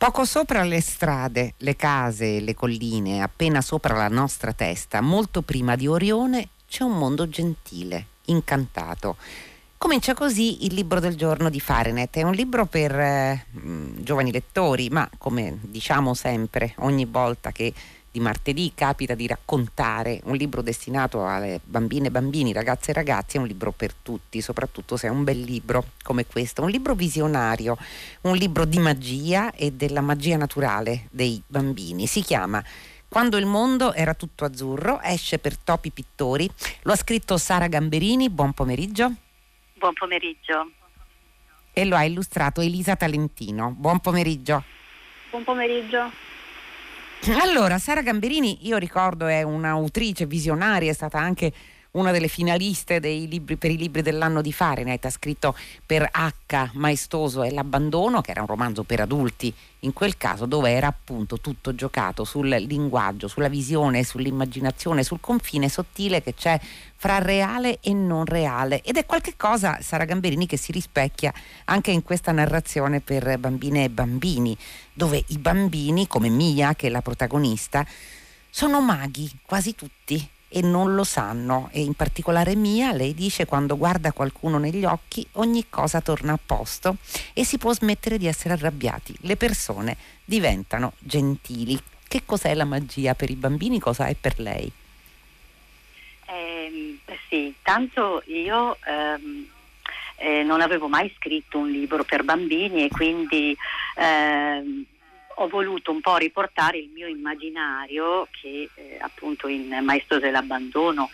Poco sopra le strade, le case, le colline, appena sopra la nostra testa, molto prima di Orione, c'è un mondo gentile, incantato. Comincia così il libro del giorno di Fahrenheit. È un libro per giovani lettori, ma come diciamo sempre, ogni volta che di martedì capita di raccontare un libro destinato alle bambine e bambini, ragazze e ragazzi, è un libro per tutti, soprattutto se è un bel libro come questo, un libro visionario, un libro di magia e della magia naturale dei bambini. Si chiama Quando il mondo era tutto azzurro, esce per Topi Pittori, lo ha scritto Sara Gamberini. Buon pomeriggio. Buon pomeriggio. E lo ha illustrato Elisa Talentino. Buon pomeriggio. Buon pomeriggio. Allora, Sara Gamberini, io ricordo, è un'autrice visionaria, è stata anche una delle finaliste dei libri per i libri dell'anno di Fahrenheit. Ha scritto per H Maestoso e l'abbandono, che era un romanzo per adulti in quel caso, dove era appunto tutto giocato sul linguaggio, sulla visione, sull'immaginazione, sul confine sottile che c'è fra reale e non reale, ed è qualche cosa, Sara Gamberini, che si rispecchia anche in questa narrazione per bambine e bambini, dove i bambini, come Mia, che è la protagonista, sono maghi, quasi tutti, e non lo sanno. E in particolare Mia, lei dice, quando guarda qualcuno negli occhi ogni cosa torna a posto e si può smettere di essere arrabbiati, le persone diventano gentili. Che cos'è la magia per i bambini? Cosa è per lei? Sì, tanto io non avevo mai scritto un libro per bambini e quindi ho voluto un po' riportare il mio immaginario che appunto in Maestoso e l'abbandono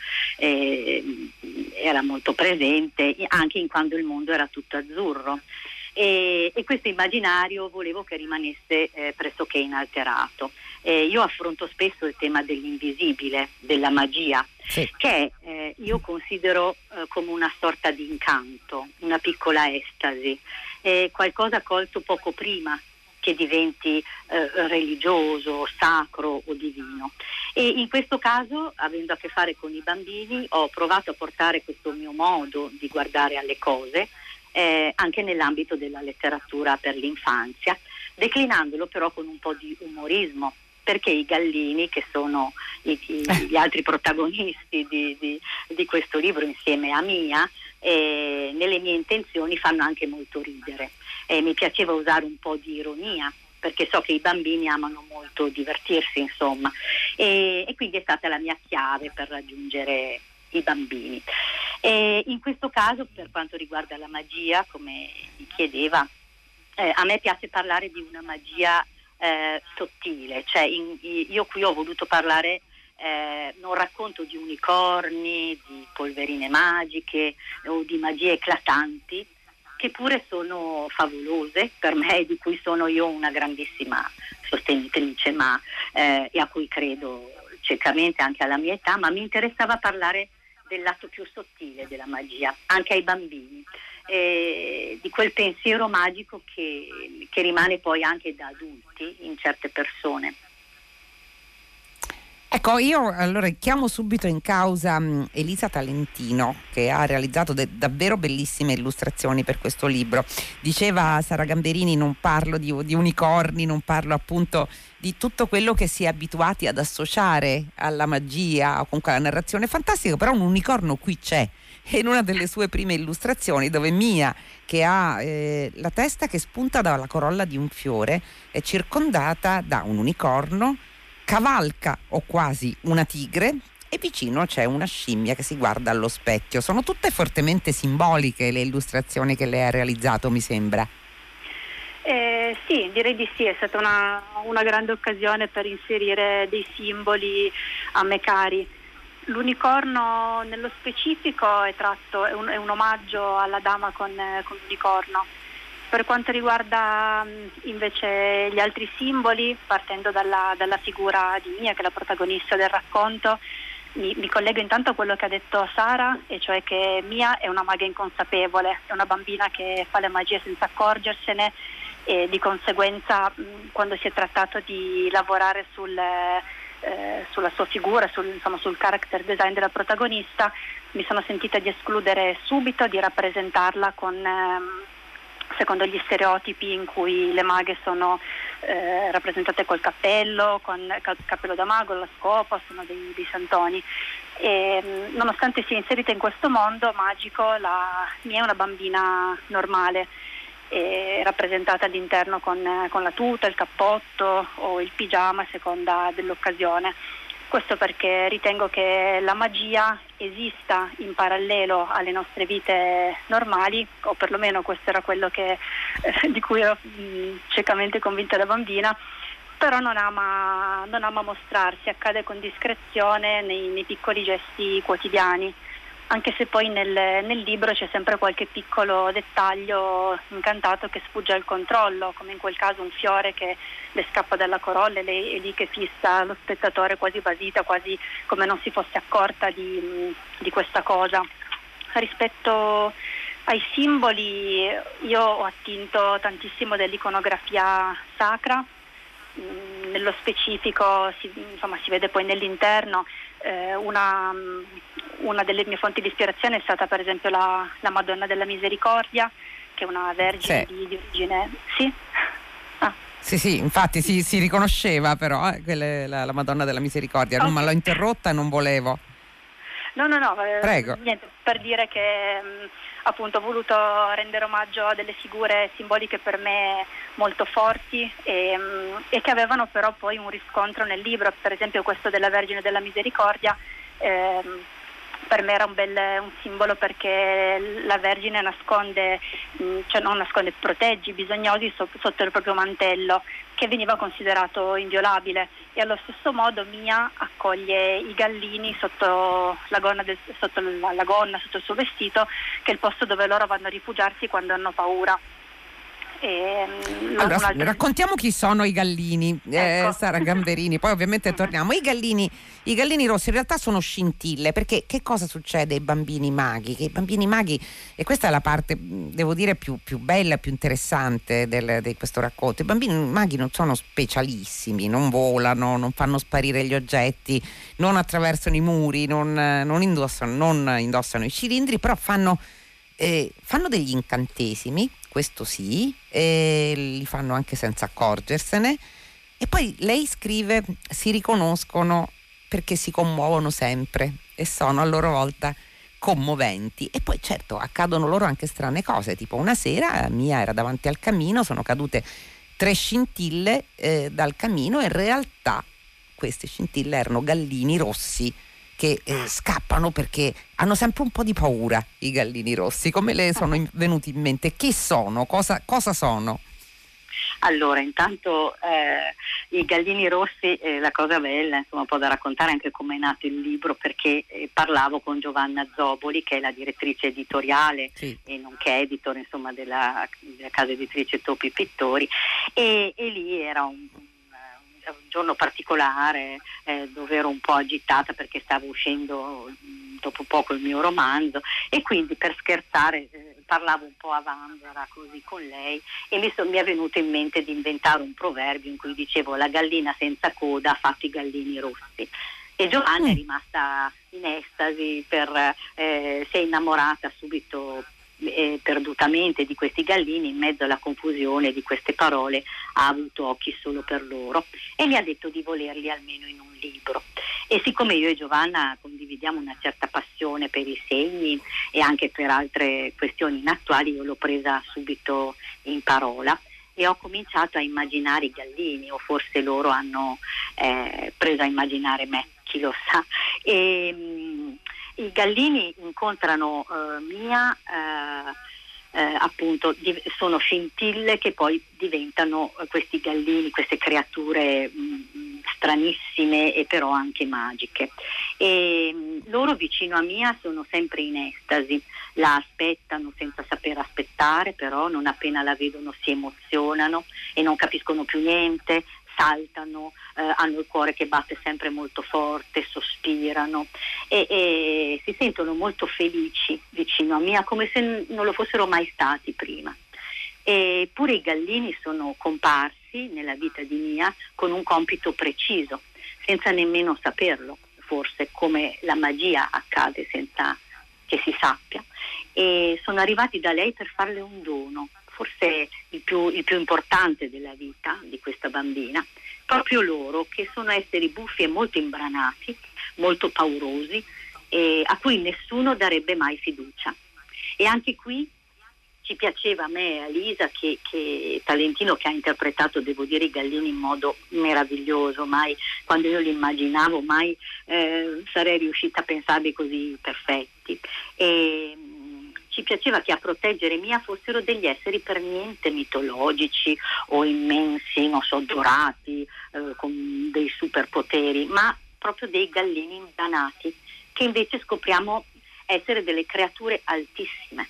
era molto presente, anche in Quando il mondo era tutto azzurro, e questo immaginario volevo che rimanesse pressoché inalterato. Io affronto spesso il tema dell'invisibile, della magia, sì, che io considero come una sorta di incanto, una piccola estasi, qualcosa colto poco prima che diventi religioso, sacro o divino. E in questo caso, avendo a che fare con i bambini, ho provato a portare questo mio modo di guardare alle cose anche nell'ambito della letteratura per l'infanzia, declinandolo però con un po' di umorismo, perché i gallini, che sono gli altri protagonisti di questo libro insieme a Mia, nelle mie intenzioni fanno anche molto ridere. Mi piaceva usare un po' di ironia, perché so che i bambini amano molto divertirsi, insomma, e quindi è stata la mia chiave per raggiungere i bambini. In questo caso, per quanto riguarda la magia, come mi chiedeva, a me piace parlare di una magia sottile, cioè io qui ho voluto parlare, non racconto di unicorni, di polverine magiche o di magie eclatanti, che pure sono favolose per me, di cui sono io una grandissima sostenitrice, ma e a cui credo ciecamente anche alla mia età, ma mi interessava parlare del lato più sottile della magia, anche ai bambini, di quel pensiero magico che rimane poi anche da adulti in certe persone. Ecco, io allora chiamo subito in causa Elisa Talentino, che ha realizzato davvero bellissime illustrazioni per questo libro. Diceva Sara Gamberini, non parlo di unicorni, non parlo appunto di tutto quello che si è abituati ad associare alla magia o comunque alla narrazione fantastica, però un unicorno qui c'è. E in una delle sue prime illustrazioni, dove Mia, che ha la testa che spunta dalla corolla di un fiore, è circondata da un unicorno, cavalca o quasi una tigre, e vicino c'è una scimmia che si guarda allo specchio. Sono tutte fortemente simboliche le illustrazioni che lei ha realizzato, mi sembra. Sì, direi di sì, è stata una grande occasione per inserire dei simboli a me cari. L'unicorno nello specifico è un omaggio alla dama con l'unicorno. Per quanto riguarda invece gli altri simboli, partendo dalla figura di Mia, che è la protagonista del racconto, mi collego intanto a quello che ha detto Sara, e cioè che Mia è una maga inconsapevole, è una bambina che fa le magie senza accorgersene, e di conseguenza quando si è trattato di lavorare sulla sua figura, sul character design della protagonista, mi sono sentita di escludere subito di rappresentarla secondo gli stereotipi in cui le maghe sono rappresentate col cappello, con il cappello da mago, la scopa, sono dei santoni. E, nonostante sia inserita in questo mondo magico, la mia è una bambina normale, rappresentata all'interno con la tuta, il cappotto o il pigiama a seconda dell'occasione. Questo perché ritengo che la magia esista in parallelo alle nostre vite normali, o perlomeno questo era quello di cui ero ciecamente convinta da bambina, però non ama mostrarsi, accade con discrezione nei piccoli gesti quotidiani, anche se poi nel libro c'è sempre qualche piccolo dettaglio incantato che sfugge al controllo, come in quel caso un fiore che le scappa dalla corolla e lei è lì che fissa lo spettatore quasi basita, quasi come non si fosse accorta di questa cosa. Rispetto ai simboli, io ho attinto tantissimo dell'iconografia sacra. Nello specifico si vede poi nell'interno. Una delle mie fonti di ispirazione è stata per esempio la Madonna della Misericordia, che è una vergine di origine. Sì? Sì, infatti si riconosceva, però la Madonna della Misericordia. Okay. Non me l'ho interrotta e non volevo. No, Prego. Niente, per dire che appunto ho voluto rendere omaggio a delle figure simboliche per me molto forti e che avevano però poi un riscontro nel libro. Per esempio questo della Vergine della Misericordia per me era un simbolo, perché la Vergine protegge i bisognosi sotto il proprio mantello, che veniva considerato inviolabile, e allo stesso modo Mia accoglie i gallini sotto la gonna, sotto il suo vestito, che è il posto dove loro vanno a rifugiarsi quando hanno paura. Allora, raccontiamo chi sono i gallini, ecco. Sara Gamberini, poi ovviamente torniamo. I gallini rossi in realtà sono scintille, perché che cosa succede ai bambini maghi? Che i bambini maghi, e questa è la parte, devo dire, più bella, più interessante di questo racconto, i bambini maghi non sono specialissimi, non volano, non fanno sparire gli oggetti, non attraversano i muri, non indossano i cilindri, però fanno degli incantesimi, questo sì, li fanno anche senza accorgersene, e poi lei scrive: si riconoscono perché si commuovono sempre e sono a loro volta commoventi. E poi certo accadono loro anche strane cose, tipo una sera Mia era davanti al camino, sono cadute 3 scintille dal camino, e in realtà queste scintille erano gallini rossi che scappano, perché hanno sempre un po' di paura i gallini rossi. Come le sono venuti in mente? Chi sono? Cosa sono? Allora, intanto i gallini rossi, la cosa bella, insomma, un po' da raccontare anche come è nato il libro, perché parlavo con Giovanna Zoboli, che è la direttrice editoriale, sì, e nonché editor, insomma, della casa editrice Topi Pittori, e lì era un giorno particolare dove ero un po' agitata perché stavo uscendo dopo poco il mio romanzo, e quindi per scherzare parlavo un po' a vanvera così con lei, e mi è venuto in mente di inventare un proverbio in cui dicevo: la gallina senza coda ha fatto i gallini rossi. E Giovanna è rimasta in estasi, si è innamorata subito perdutamente di questi gallini. In mezzo alla confusione di queste parole ha avuto occhi solo per loro e mi ha detto di volerli almeno in un libro. E siccome io e Giovanna condividiamo una certa passione per i segni e anche per altre questioni inattuali, io l'ho presa subito in parola e ho cominciato a immaginare i gallini, o forse loro hanno preso a immaginare me, chi lo sa. I gallini incontrano Mia, appunto sono scintille che poi diventano questi gallini, queste creature stranissime e però anche magiche. E loro vicino a Mia sono sempre in estasi, la aspettano senza saper aspettare, però non appena la vedono si emozionano e non capiscono più niente, saltano, hanno il cuore che batte sempre molto forte, sospirano e si sentono molto felici vicino a Mia, come se non lo fossero mai stati prima. Eppure i gallini sono comparsi nella vita di Mia con un compito preciso, senza nemmeno saperlo, forse come la magia accade senza che si sappia, e sono arrivati da lei per farle un dono, forse il più importante della vita di questa bambina, proprio loro che sono esseri buffi e molto imbranati, molto paurosi, a cui nessuno darebbe mai fiducia. E anche qui ci piaceva a me e a Lisa che Talentino, che ha interpretato, devo dire, i Gallini in modo meraviglioso, mai, quando io li immaginavo, mai sarei riuscita a pensarli così perfetti. E ci piaceva che a proteggere Mia fossero degli esseri per niente mitologici o immensi, non so, dorati, con dei superpoteri, ma proprio dei gallini imbanati, che invece scopriamo essere delle creature altissime.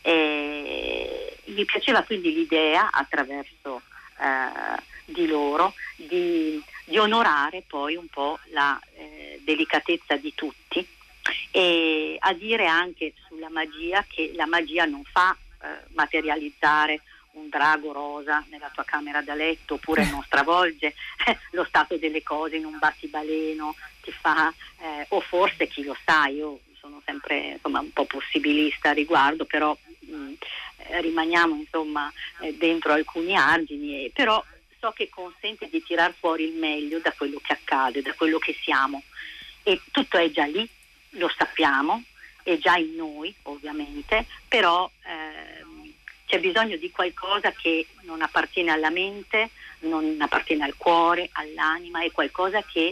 Mi piaceva quindi l'idea, attraverso di loro, di onorare poi un po' la delicatezza di tutti, e a dire anche sulla magia che la magia non fa materializzare un drago rosa nella tua camera da letto, oppure non stravolge lo stato delle cose in un battibaleno, ti fa, o forse, chi lo sa, io sono sempre, insomma, un po' possibilista a riguardo, però rimaniamo, insomma, dentro alcuni argini, però so che consente di tirar fuori il meglio da quello che accade, da quello che siamo, e tutto è già lì, lo sappiamo, è già in noi ovviamente, però c'è bisogno di qualcosa che non appartiene alla mente, non appartiene al cuore, all'anima, è qualcosa che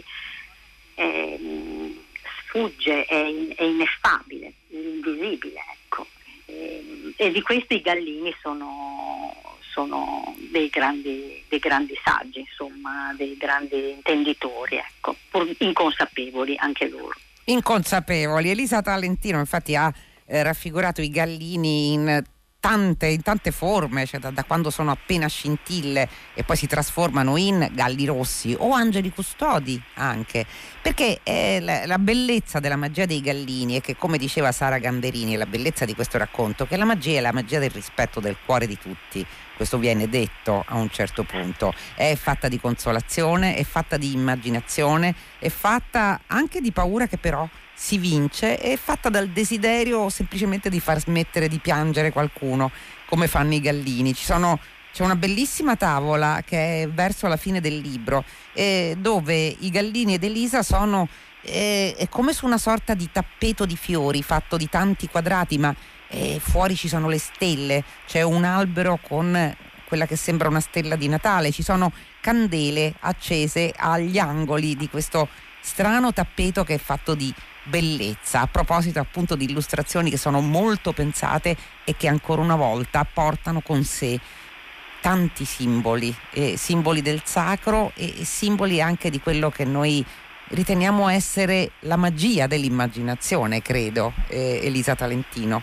sfugge, è ineffabile, l'invisibile, ecco. E di questi i Gallini sono dei grandi saggi, insomma, dei grandi intenditori, ecco, pur inconsapevoli anche loro. Inconsapevoli. Elisa Talentino infatti ha raffigurato i Gallini in tante forme, cioè da quando sono appena scintille e poi si trasformano in galli rossi o angeli custodi anche, perché la bellezza della magia dei Gallini è che, come diceva Sara Gamberini, la bellezza di questo racconto, che la magia è la magia del rispetto del cuore di tutti. Questo viene detto a un certo punto, è fatta di consolazione, è fatta di immaginazione, è fatta anche di paura che però si vince, è fatta dal desiderio semplicemente di far smettere di piangere qualcuno, come fanno i Gallini. C'è una bellissima tavola che è verso la fine del libro, dove i Gallini ed Elisa sono è come su una sorta di tappeto di fiori fatto di tanti quadrati, ma fuori ci sono le stelle, c'è un albero con quella che sembra una stella di Natale, ci sono candele accese agli angoli di questo strano tappeto che è fatto di bellezza, a proposito appunto di illustrazioni che sono molto pensate e che ancora una volta portano con sé tanti simboli, simboli del sacro e simboli anche di quello che noi riteniamo essere la magia dell'immaginazione, credo, Elisa Talentino.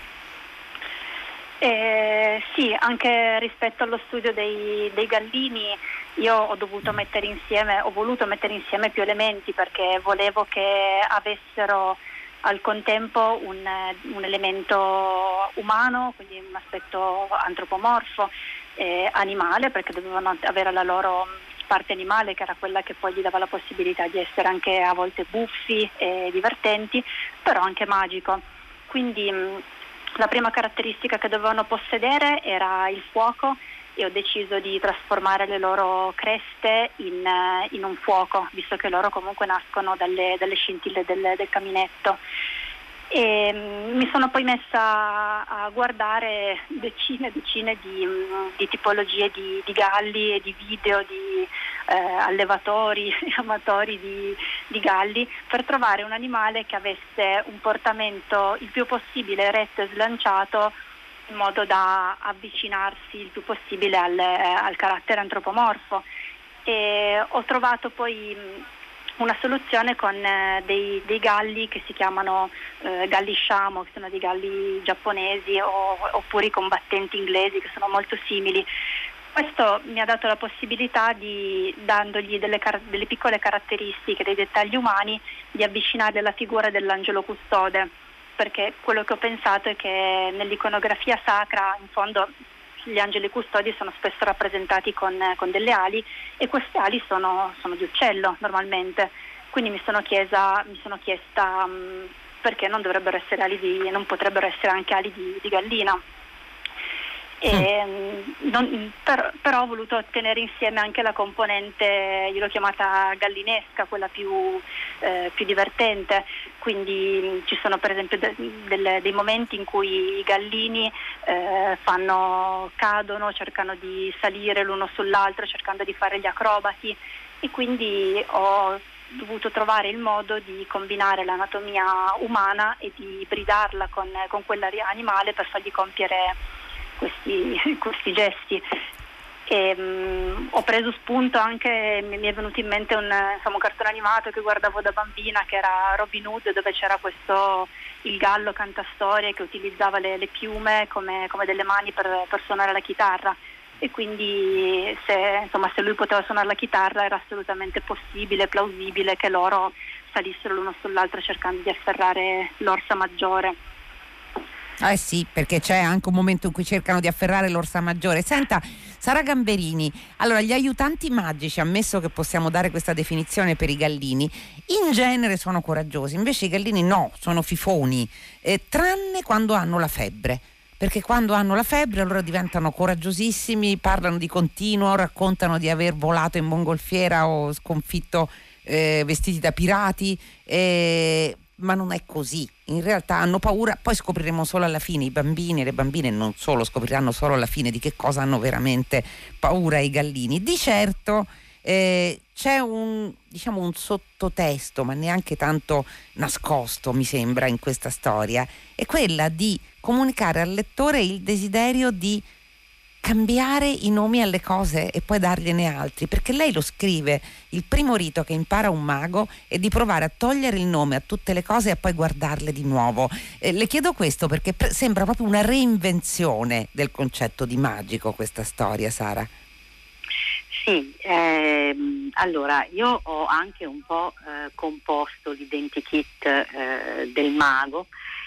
Sì, anche rispetto allo studio dei Gallini io ho voluto mettere insieme più elementi, perché volevo che avessero al contempo un elemento umano, quindi un aspetto antropomorfo, animale, perché dovevano avere la loro parte animale, che era quella che poi gli dava la possibilità di essere anche a volte buffi e divertenti, però anche magico. Quindi la prima caratteristica che dovevano possedere era il fuoco, e ho deciso di trasformare le loro creste in un fuoco, visto che loro comunque nascono dalle scintille del caminetto. E mi sono poi messa a guardare decine di tipologie di galli e di video di allevatori e amatori di galli, per trovare un animale che avesse un portamento il più possibile eretto e slanciato, in modo da avvicinarsi il più possibile al carattere antropomorfo. E ho trovato poi una soluzione con dei galli che si chiamano galli Shamo, che sono dei galli giapponesi, oppure i combattenti inglesi, che sono molto simili. Questo mi ha dato la possibilità dandogli delle piccole caratteristiche, dei dettagli umani, di avvicinarli alla figura dell'angelo custode, perché quello che ho pensato è che nell'iconografia sacra, in fondo, gli angeli custodi sono spesso rappresentati con delle ali, e queste ali sono di uccello normalmente, quindi mi sono chiesta perché non dovrebbero essere non potrebbero essere anche ali di gallina. Però ho voluto tenere insieme anche la componente, io l'ho chiamata gallinesca, quella più divertente, quindi ci sono per esempio dei momenti in cui i gallini cadono, cercano di salire l'uno sull'altro cercando di fare gli acrobati, e quindi ho dovuto trovare il modo di combinare l'anatomia umana e di ibridarla con quella animale per fargli compiere questi gesti. Ho preso spunto anche, mi è venuto in mente un cartone animato che guardavo da bambina, che era Robin Hood, dove c'era il gallo cantastorie che utilizzava le piume come delle mani per suonare la chitarra, e quindi se lui poteva suonare la chitarra era assolutamente possibile, plausibile che loro salissero l'uno sull'altro cercando di afferrare l'orsa maggiore. Sì, perché c'è anche un momento in cui cercano di afferrare l'orsa maggiore. Senta, Sara Gamberini, allora gli aiutanti magici, ammesso che possiamo dare questa definizione per i gallini, in genere sono coraggiosi, invece i gallini no, sono fifoni, tranne quando hanno la febbre. Perché quando hanno la febbre allora diventano coraggiosissimi, parlano di continuo, raccontano di aver volato in mongolfiera o sconfitto vestiti da pirati, ma non è così. In realtà hanno paura, poi scopriremo solo alla fine, i bambini e le bambine non solo, scopriranno solo alla fine di che cosa hanno veramente paura i gallini. Di certo c'è un sottotesto, ma neanche tanto nascosto mi sembra in questa storia, è quella di comunicare al lettore il desiderio di cambiare i nomi alle cose e poi dargliene altri, perché lei lo scrive: il primo rito che impara un mago è di provare a togliere il nome a tutte le cose e poi guardarle di nuovo. Le chiedo questo perché sembra proprio una reinvenzione del concetto di magico questa storia, Sara. Sì, allora io ho anche un po' composto l'identikit del mago,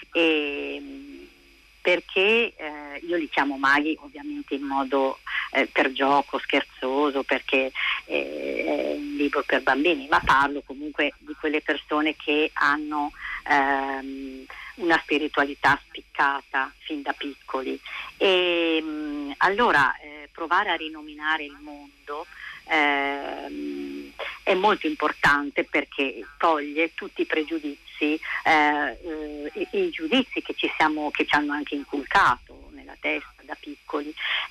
perché io li chiamo maghi ovviamente in modo per gioco, scherzoso, perché è un libro per bambini, ma parlo comunque di quelle persone che hanno una spiritualità spiccata fin da piccoli, e allora provare a rinominare il mondo è molto importante, perché toglie tutti i pregiudizi e i giudizi che ci hanno anche inculcato nella testa da piccoli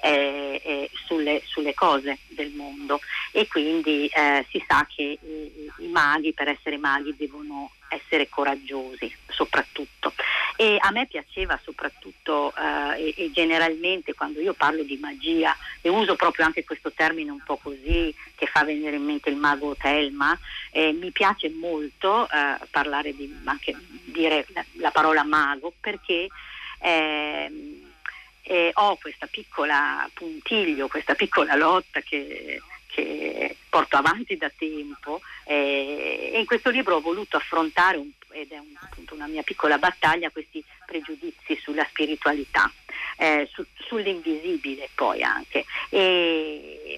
sulle cose del mondo, e quindi si sa che i maghi, per essere maghi, devono essere coraggiosi soprattutto, e a me piaceva soprattutto e generalmente quando io parlo di magia, e uso proprio anche questo termine un po' così che fa venire in mente il mago Telma, mi piace molto parlare anche dire la parola mago, perché ho questa piccola puntiglio, questa piccola lotta che porto avanti da tempo, e in questo libro ho voluto affrontare ed è appunto una mia piccola battaglia, questi pregiudizi sulla spiritualità, sull'invisibile poi anche, e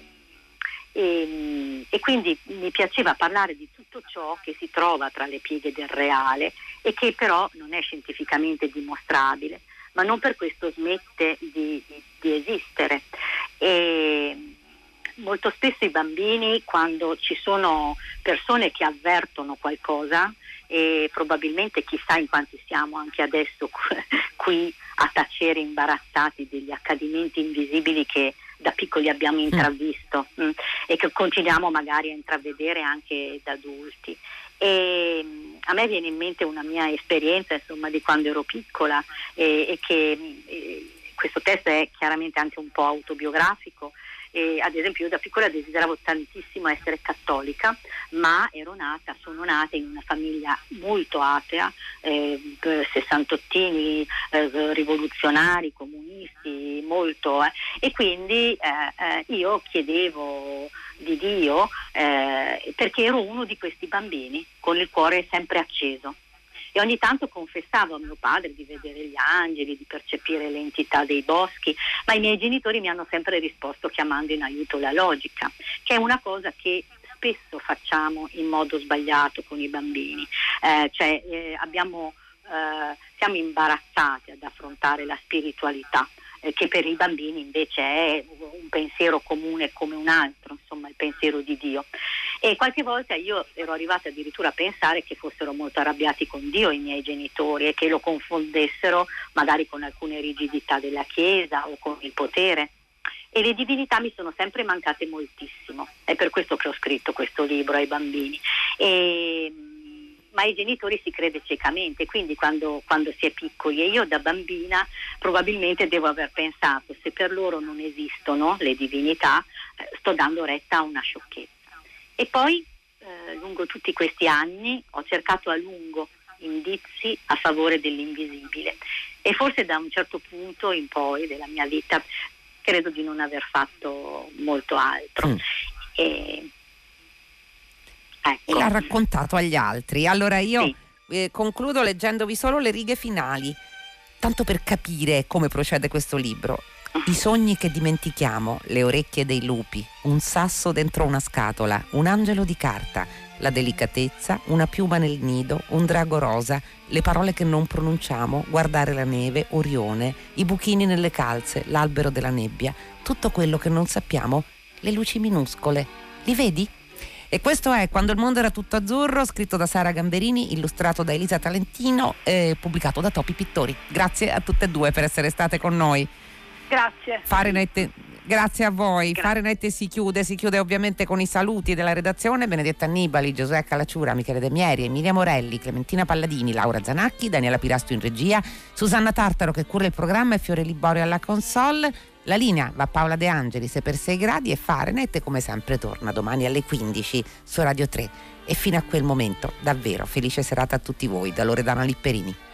quindi mi piaceva parlare di tutto ciò che si trova tra le pieghe del reale e che però non è scientificamente dimostrabile, ma non per questo smette di esistere. E molto spesso i bambini, quando ci sono persone che avvertono qualcosa, e probabilmente chissà in quanti siamo anche adesso qui a tacere imbarazzati degli accadimenti invisibili che da piccoli abbiamo intravisto e che continuiamo magari a intravedere anche da adulti. E a me viene in mente una mia esperienza, insomma, di quando ero piccola, e che questo testo è chiaramente anche un po' autobiografico. Ad esempio io da piccola desideravo tantissimo essere cattolica, ma sono nata in una famiglia molto atea, sessantottini, rivoluzionari, comunisti, molto, e quindi io chiedevo di Dio, perché ero uno di questi bambini con il cuore sempre acceso. E ogni tanto confessavo a mio padre di vedere gli angeli, di percepire le entità dei boschi, ma i miei genitori mi hanno sempre risposto chiamando in aiuto la logica, che è una cosa che spesso facciamo in modo sbagliato con i bambini, siamo imbarazzati ad affrontare la spiritualità, che per i bambini invece è un pensiero comune come un altro, insomma il pensiero di Dio. E qualche volta io ero arrivata addirittura a pensare che fossero molto arrabbiati con Dio i miei genitori e che lo confondessero magari con alcune rigidità della Chiesa o con il potere. E le divinità mi sono sempre mancate moltissimo, è per questo che ho scritto questo libro ai bambini. Ma ai genitori si crede ciecamente, quindi quando si è piccoli, e io da bambina probabilmente devo aver pensato, se per loro non esistono le divinità, sto dando retta a una sciocchezza. E poi lungo tutti questi anni ho cercato a lungo indizi a favore dell'invisibile, e forse da un certo punto in poi della mia vita credo di non aver fatto molto altro. E l'ha raccontato agli altri. Allora io concludo leggendovi solo le righe finali, tanto per capire come procede questo libro. I sogni che dimentichiamo, le orecchie dei lupi, un sasso dentro una scatola, un angelo di carta, la delicatezza, una piuma nel nido, un drago rosa, le parole che non pronunciamo, guardare la neve, Orione, i buchini nelle calze, l'albero della nebbia, tutto quello che non sappiamo, le luci minuscole. Li vedi? E questo è Quando il mondo era tutto azzurro, scritto da Sara Gamberini, illustrato da Elisa Talentino, pubblicato da Topi Pittori. Grazie a tutte e due per essere state con noi. Grazie. Grazie a voi. Grazie. Fahrenheit si chiude ovviamente con i saluti della redazione: Benedetta Annibali, Giosuè Calacciura, Michele De Mieri, Emilia Morelli, Clementina Palladini, Laura Zanacchi, Daniela Pirasto in regia, Susanna Tartaro che cura il programma e Fiore Liborio alla console. La linea va a Paola De Angelis per 6 gradi, e Fahrenheit come sempre torna domani alle 15 su Radio 3. E fino a quel momento davvero felice serata a tutti voi da Loredana Lipperini.